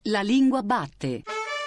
La lingua batte.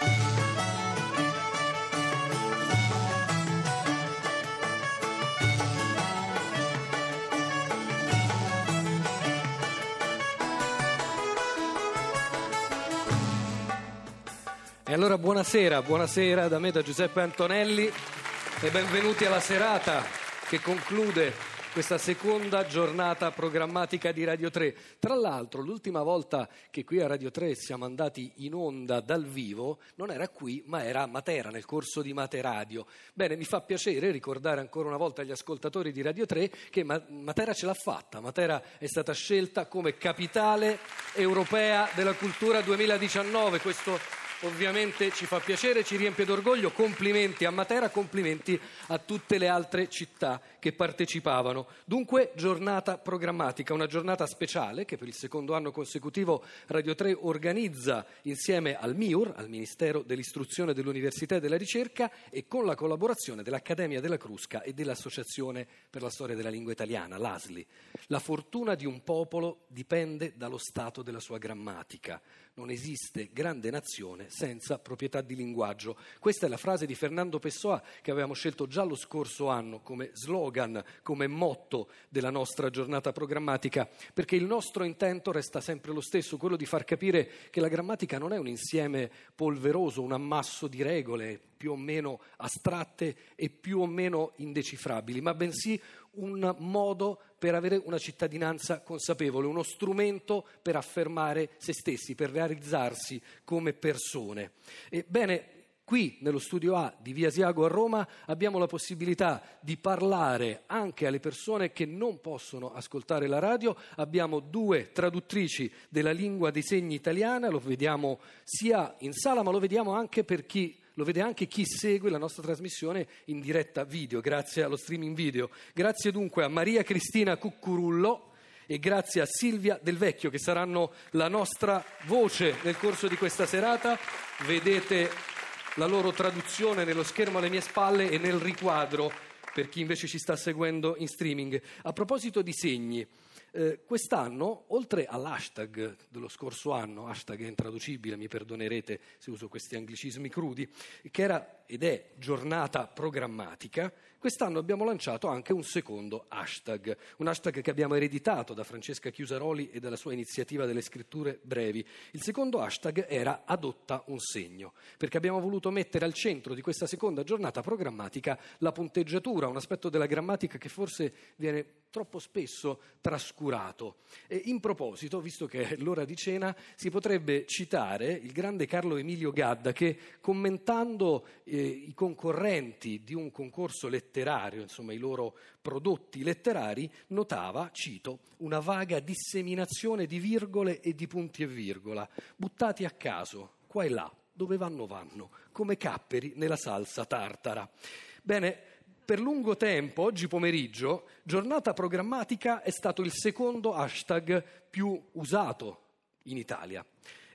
E allora buonasera da me, da Giuseppe Antonelli, e benvenuti alla serata che conclude questa seconda giornata programmatica di Radio 3. Tra l'altro, l'ultima volta che qui a Radio 3 siamo andati in onda dal vivo non era qui, ma era a Matera, nel corso di Materadio. Bene, mi fa piacere ricordare ancora una volta agli ascoltatori di Radio 3 che Matera ce l'ha fatta. Matera è stata scelta come capitale europea della cultura 2019. Questo ovviamente ci fa piacere, ci riempie d'orgoglio. Complimenti a Matera, complimenti a tutte le altre città che partecipavano. Dunque, giornata programmatica, una giornata speciale che per il secondo anno consecutivo Radio 3 organizza insieme al MIUR, al Ministero dell'Istruzione, dell'Università e della Ricerca, e con la collaborazione dell'Accademia della Crusca e dell'Associazione per la Storia della Lingua Italiana, l'ASLI. La fortuna di un popolo dipende dallo stato della sua grammatica. Non esiste grande nazione senza proprietà di linguaggio. Questa è la frase di Fernando Pessoa che avevamo scelto già lo scorso anno come slogan, come motto della nostra giornata programmatica, perché il nostro intento resta sempre lo stesso, quello di far capire che la grammatica non è un insieme polveroso, un ammasso di regole più o meno astratte e più o meno indecifrabili, ma bensì un modo per avere una cittadinanza consapevole, uno strumento per affermare se stessi, per realizzarsi come persone. Ebbene, qui nello studio A di Via Asiago a Roma abbiamo la possibilità di parlare anche alle persone che non possono ascoltare la radio. Abbiamo 2 traduttrici della lingua dei segni italiana, lo vediamo sia in sala ma lo vediamo anche per chi lo vede anche chi segue la nostra trasmissione in diretta video, grazie allo streaming video. Grazie dunque a Maria Cristina Cuccurullo e grazie a Silvia Del Vecchio, che saranno la nostra voce nel corso di questa serata. Vedete la loro traduzione nello schermo alle mie spalle e nel riquadro per chi invece ci sta seguendo in streaming. A proposito di segni, quest'anno, oltre all'hashtag dello scorso anno, hashtag è intraducibile, mi perdonerete se uso questi anglicismi crudi, che era ed è giornata programmatica, quest'anno abbiamo lanciato anche un secondo hashtag, un hashtag che abbiamo ereditato da Francesca Chiusaroli e dalla sua iniziativa delle scritture brevi. Il secondo hashtag era adotta un segno, perché abbiamo voluto mettere al centro di questa seconda giornata programmatica la punteggiatura, un aspetto della grammatica che forse viene troppo spesso trascurato. E in proposito, visto che è l'ora di cena, si potrebbe citare il grande Carlo Emilio Gadda che, commentando i concorrenti di un concorso letterario, insomma i loro prodotti letterari, notava, cito, una vaga disseminazione di virgole e di punti e virgola, buttati a caso, qua e là, dove vanno, come capperi nella salsa tartara. Bene, per lungo tempo, oggi pomeriggio, giornata programmatica è stato il secondo hashtag più usato in Italia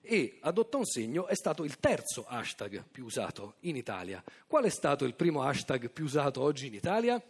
e adotta un segno è stato il terzo hashtag più usato in Italia. Qual è stato il primo hashtag più usato oggi in Italia?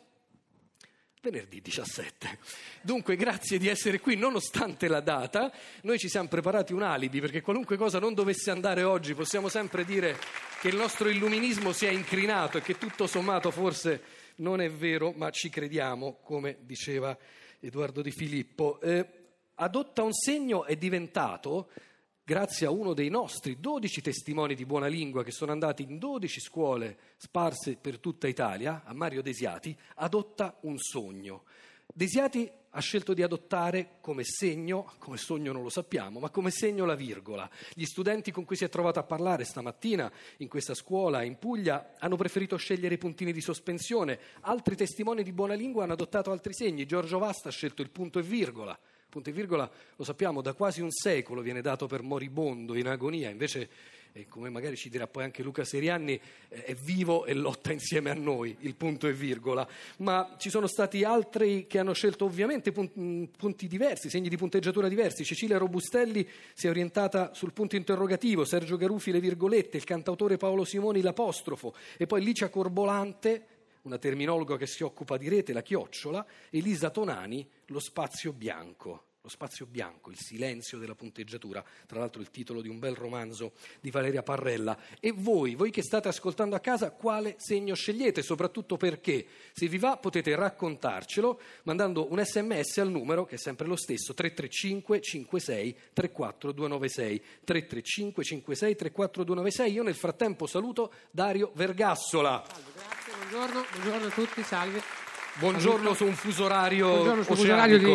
Venerdì 17. Dunque, grazie di essere qui nonostante la data. Noi ci siamo preparati un alibi, perché qualunque cosa non dovesse andare oggi possiamo sempre dire che il nostro illuminismo si è incrinato e che tutto sommato forse non è vero, ma ci crediamo, come diceva Edoardo Di Filippo. Adotta un segno è diventato, grazie a uno dei nostri 12 testimoni di buona lingua che sono andati in 12 scuole sparse per tutta Italia, a Mario Desiati, adotta un sogno. Desiati ha scelto di adottare come segno non lo sappiamo, ma come segno la virgola. Gli studenti con cui si è trovato a parlare stamattina in questa scuola in Puglia hanno preferito scegliere i puntini di sospensione. Altri testimoni di buona lingua hanno adottato altri segni. Giorgio Vasta ha scelto il punto e virgola. Punto e virgola, lo sappiamo, da quasi un secolo viene dato per moribondo, in agonia, invece, come magari ci dirà poi anche Luca Serianni, è vivo e lotta insieme a noi, il punto e virgola. Ma ci sono stati altri che hanno scelto ovviamente punti diversi, segni di punteggiatura diversi. Cecilia Robustelli si è orientata sul punto interrogativo, Sergio Garufi le virgolette, il cantautore Paolo Simoni l'apostrofo, e poi Licia Corbolante, una terminologa che si occupa di rete, la chiocciola, e Lisa Tonani, lo spazio bianco. spazio bianco, il silenzio della punteggiatura, tra l'altro il titolo di un bel romanzo di Valeria Parrella. E voi che state ascoltando a casa, quale segno scegliete? Soprattutto perché, se vi va, potete raccontarcelo mandando un SMS al numero, che è sempre lo stesso, 335 56 34 296, 335 56 34 296. Io nel frattempo saluto Dario Vergassola. Salve, grazie, buongiorno a tutti, salve. Buongiorno su un fuso orario buongiorno oceanico.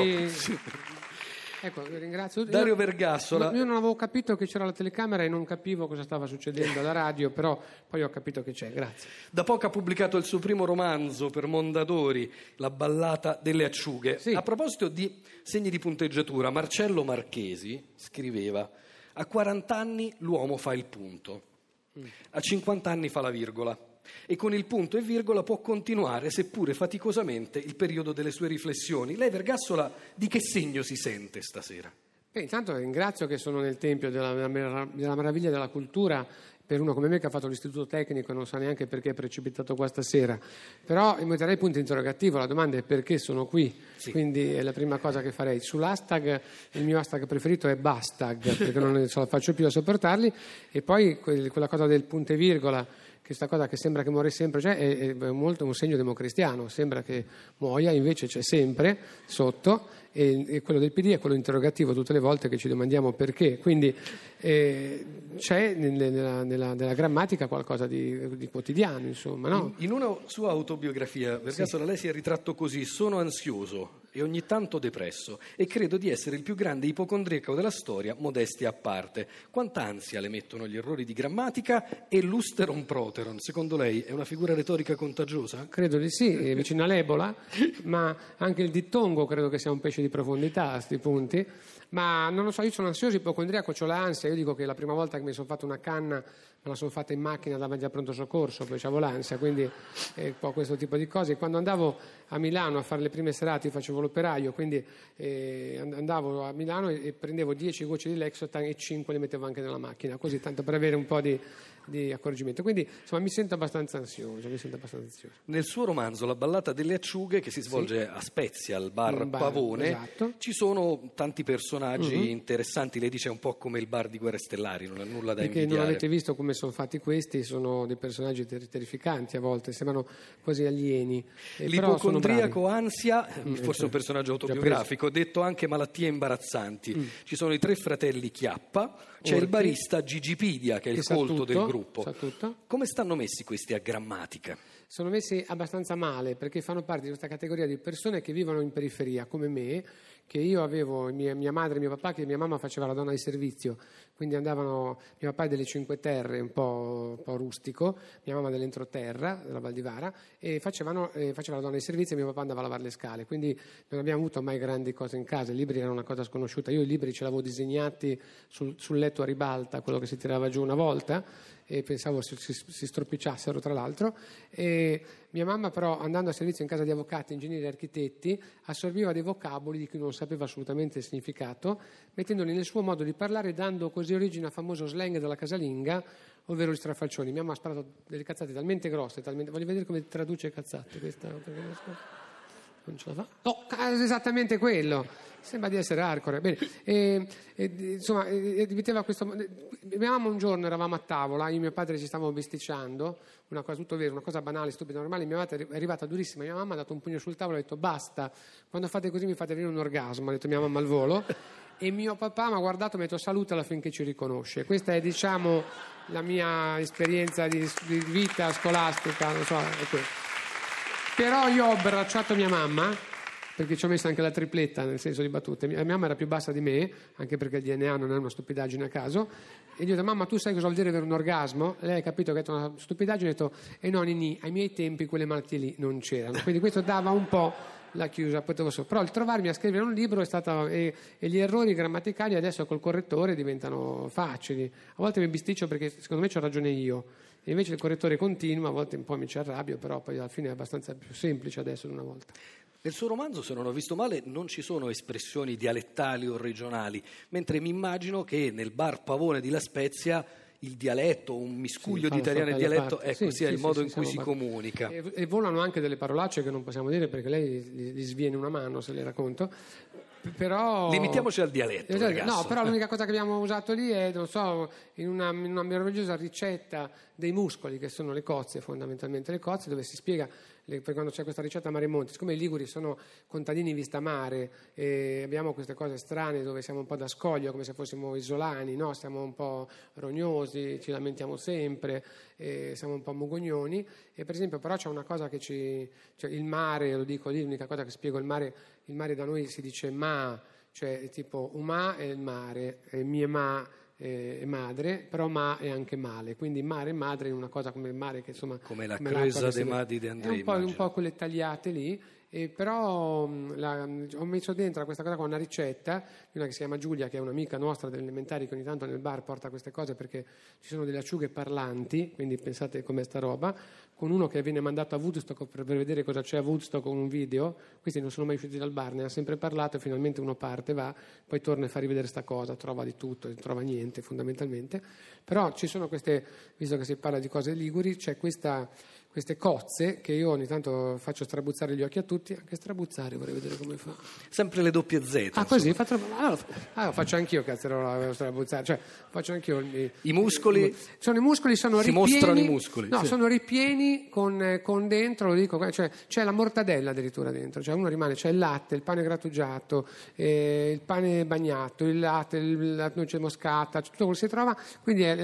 Ecco, ringrazio. Dario Vergassola. Io non avevo capito che c'era la telecamera e non capivo cosa stava succedendo alla radio, però poi ho capito che c'è, grazie. Da poco ha pubblicato il suo primo romanzo per Mondadori, La ballata delle acciughe. Sì. A proposito di segni di punteggiatura, Marcello Marchesi scriveva: a 40 anni l'uomo fa il punto, a 50 anni fa la virgola. E con il punto e virgola può continuare, seppure faticosamente, il periodo delle sue riflessioni. Lei, Vergassola, di che segno si sente stasera? Intanto ringrazio che sono nel tempio della meraviglia della cultura, per uno come me che ha fatto l'istituto tecnico e non sa neanche perché è precipitato qua stasera. Però metterei il punto interrogativo, la domanda è perché sono qui, sì. Quindi è la prima cosa che farei. Sull'hashtag, il mio hashtag preferito è Bastag, perché non ce la faccio più a sopportarli, e poi quella cosa del punto e virgola, questa cosa che sembra che muore sempre, cioè è molto un segno democristiano, sembra che muoia, invece c'è sempre sotto, e quello del PD è quello interrogativo tutte le volte che ci domandiamo perché, quindi c'è nella grammatica qualcosa di quotidiano, insomma, no? In una sua autobiografia, Vergassola, sì, lei si è ritratto così: sono ansioso e ogni tanto depresso e credo di essere il più grande ipocondriaco della storia, modestia a parte. Quanta ansia le mettono gli errori di grammatica e l'usteron proteron? Secondo lei è una figura retorica contagiosa? Credo di sì, è vicino all'Ebola, ma anche il dittongo credo che sia un pesce di profondità a sti punti. Ma non lo so, io sono ansioso, ipocondriaco, ho l'ansia. Io dico che la prima volta che mi sono fatto una canna me la sono fatta in macchina davanti al pronto soccorso, perché avevo l'ansia, quindi un po' questo tipo di cose. Quando andavo a Milano a fare le prime serate, io facevo l'operaio, quindi andavo a Milano e prendevo 10 gocce di Lexotan e 5 le mettevo anche nella macchina, così tanto per avere un po' di accorgimento. Quindi insomma mi sento abbastanza ansioso. Nel suo romanzo La ballata delle acciughe, che si svolge a Spezia, al bar Pavone, esatto, ci sono tanti personaggi interessanti. Lei dice è un po' come il bar di Guerre Stellari, non ha nulla da invidiare. Perché non avete visto come sono fatti questi? Sono dei personaggi terrificanti, a volte sembrano quasi alieni. L'ipocondriaco ansia, forse un personaggio autobiografico, detto anche malattie imbarazzanti. Ci sono i 3 fratelli Chiappa, c'è il barista Gigipidia, che è il colto del gruppo. Come stanno messi questi a grammatica? Sono messi abbastanza male, perché fanno parte di questa categoria di persone che vivono in periferia, come me, che io avevo mia madre e mio papà, che mia mamma faceva la donna di servizio, quindi andavano, mio papà è delle Cinque Terre, un po' rustico, mia mamma dell'entroterra, della Val di Vara, e faceva la donna di servizio e mio papà andava a lavare le scale, quindi non abbiamo avuto mai grandi cose in casa. I libri erano una cosa sconosciuta, io i libri ce l'avevo disegnati sul letto a ribalta, quello che si tirava giù una volta, e pensavo si stropicciassero, tra l'altro. E mia mamma però, andando a servizio in casa di avvocati, ingegneri e architetti, assorbiva dei vocaboli di cui non sapeva assolutamente il significato, mettendoli nel suo modo di parlare, dando così origine al famoso slang della casalinga, ovvero gli strafalcioni. Mia mamma ha sparato delle cazzate talmente grosse, voglio vedere come traduce cazzate questa, non ce la fa? No, è esattamente quello. Sembra di essere hardcore. Bene. Insomma, metteva questo. Mia mamma un giorno eravamo a tavola, io e mio padre ci stavamo bisticciando, una cosa tutto vero, una cosa banale, stupida, normale. Mia madre è arrivata durissima, mia mamma ha dato un pugno sul tavolo e ha detto basta, quando fate così mi fate venire un orgasmo, ha detto mia mamma al volo. E mio papà mi ha guardato e mi ha detto salutala finché ci riconosce. Questa è, diciamo, la mia esperienza di vita scolastica, non so, è questo. Però io ho abbracciato mia mamma, perché ci ho messo anche la tripletta, nel senso di battute. Mia mamma era più bassa di me, anche perché il DNA non è una stupidaggine a caso, e gli ho detto mamma, tu sai cosa vuol dire avere un orgasmo? Lei ha capito che è una stupidaggine, e ha detto no Ninì, ai miei tempi quelle malattie lì non c'erano, quindi questo dava un po' la chiusa. Però il trovarmi a scrivere un libro è stato, e gli errori grammaticali adesso col correttore diventano facili. A volte mi bisticcio perché secondo me c'ho ragione io, e invece il correttore continua, a volte un po' mi ci arrabbio, però poi alla fine è abbastanza più semplice adesso di una volta. Nel suo romanzo, se non ho visto male, non ci sono espressioni dialettali o regionali, mentre mi immagino che nel bar Pavone di La Spezia il dialetto, un miscuglio di italiano e dialetto, sia il modo in cui si comunica. E volano anche delle parolacce che non possiamo dire perché lei gli sviene una mano se le racconto. Però limitiamoci al dialetto, ragazzo. No, però l'unica cosa che abbiamo usato lì è, non so, in una meravigliosa ricetta dei muscoli, che sono le cozze, fondamentalmente le cozze, dove si spiega, per quando c'è questa ricetta a Mare Monti, siccome i liguri sono contadini in vista mare e abbiamo queste cose strane dove siamo un po' da scoglio, come se fossimo isolani, no? Siamo un po' rognosi, ci lamentiamo sempre, siamo un po' mugognoni, e per esempio però c'è una cosa che cioè il mare, lo dico lì, l'unica cosa che spiego, il mare da noi si dice ma, cioè tipo umà è il mare, mie ma è madre, però ma è anche male, quindi mare e madre in una cosa come il mare, che insomma come la Creusa dei Madi di Andrei, è un po' quelle tagliate lì. Però ho messo dentro a questa cosa qua una ricetta di una che si chiama Giulia, che è un'amica nostra delle elementari, che ogni tanto nel bar porta queste cose perché ci sono delle acciughe parlanti, quindi pensate com'è sta roba, con uno che viene mandato a Woodstock per vedere cosa c'è a Woodstock con un video. Questi non sono mai usciti dal bar, ne ha sempre parlato, e finalmente uno parte, va, poi torna e fa rivedere sta cosa, trova di tutto, non trova niente fondamentalmente. Però ci sono queste, visto che si parla di cose liguri, c'è queste cozze che io ogni tanto faccio strabuzzare gli occhi a tutti, anche strabuzzare vorrei vedere come fa. Sempre le doppie Z. Così? Allora, faccio anch'io cazzerola strabuzzare, cioè faccio anch'io i muscoli. I muscoli sono si ripieni. Mostrano i muscoli. No, sì. Sono ripieni con dentro, lo dico, cioè c'è la mortadella addirittura dentro, cioè uno rimane, c'è il latte, il pane grattugiato, il pane bagnato, il latte, la noce moscata, tutto quello che si trova, quindi è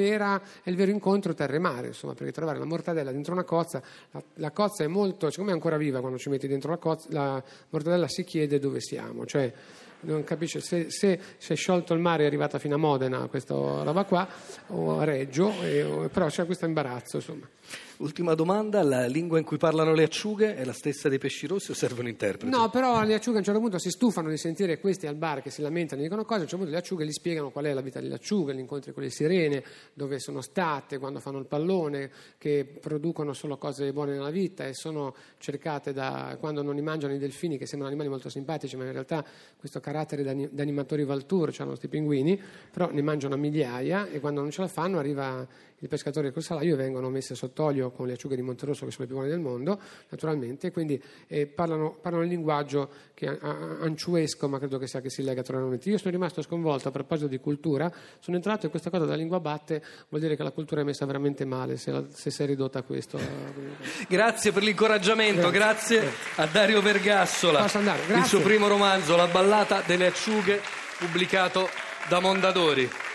il vero incontro terra e mare, insomma, perché trovare la mortadella dentro una cozza, la cozza è molto, siccome è ancora viva quando ci metti dentro la cozza, la mortadella si chiede dove siamo, cioè non capisce se è sciolto il mare, è arrivata fino a Modena questa roba qua, o a Reggio, però c'è questo imbarazzo, insomma. Ultima domanda, la lingua in cui parlano le acciughe è la stessa dei pesci rossi o serve un interprete? No, però le acciughe a un certo punto si stufano di sentire questi al bar che si lamentano e dicono cose, a un certo punto le acciughe gli spiegano qual è la vita delle acciughe, gli incontri con le sirene, dove sono state, quando fanno il pallone, che producono solo cose buone nella vita e sono cercate quando non li mangiano i delfini, che sembrano animali molto simpatici, ma in realtà questo carattere da animatori Valtour, hanno questi pinguini, però ne mangiano a migliaia, e quando non ce la fanno arriva il pescatore col salaio e vengono messe sott'olio con le acciughe di Monterosso, che sono le più buone del mondo, naturalmente, quindi parlano il linguaggio che è anciuesco, ma credo che sia che si lega naturalmente. Io sono rimasto sconvolto a proposito di cultura, sono entrato e questa cosa della lingua batte vuol dire che la cultura è messa veramente male, se si è ridotta a questo. Grazie per l'incoraggiamento, grazie a Dario Vergassola. Posso andare? Grazie. Il suo primo romanzo, La ballata delle acciughe, pubblicato da Mondadori.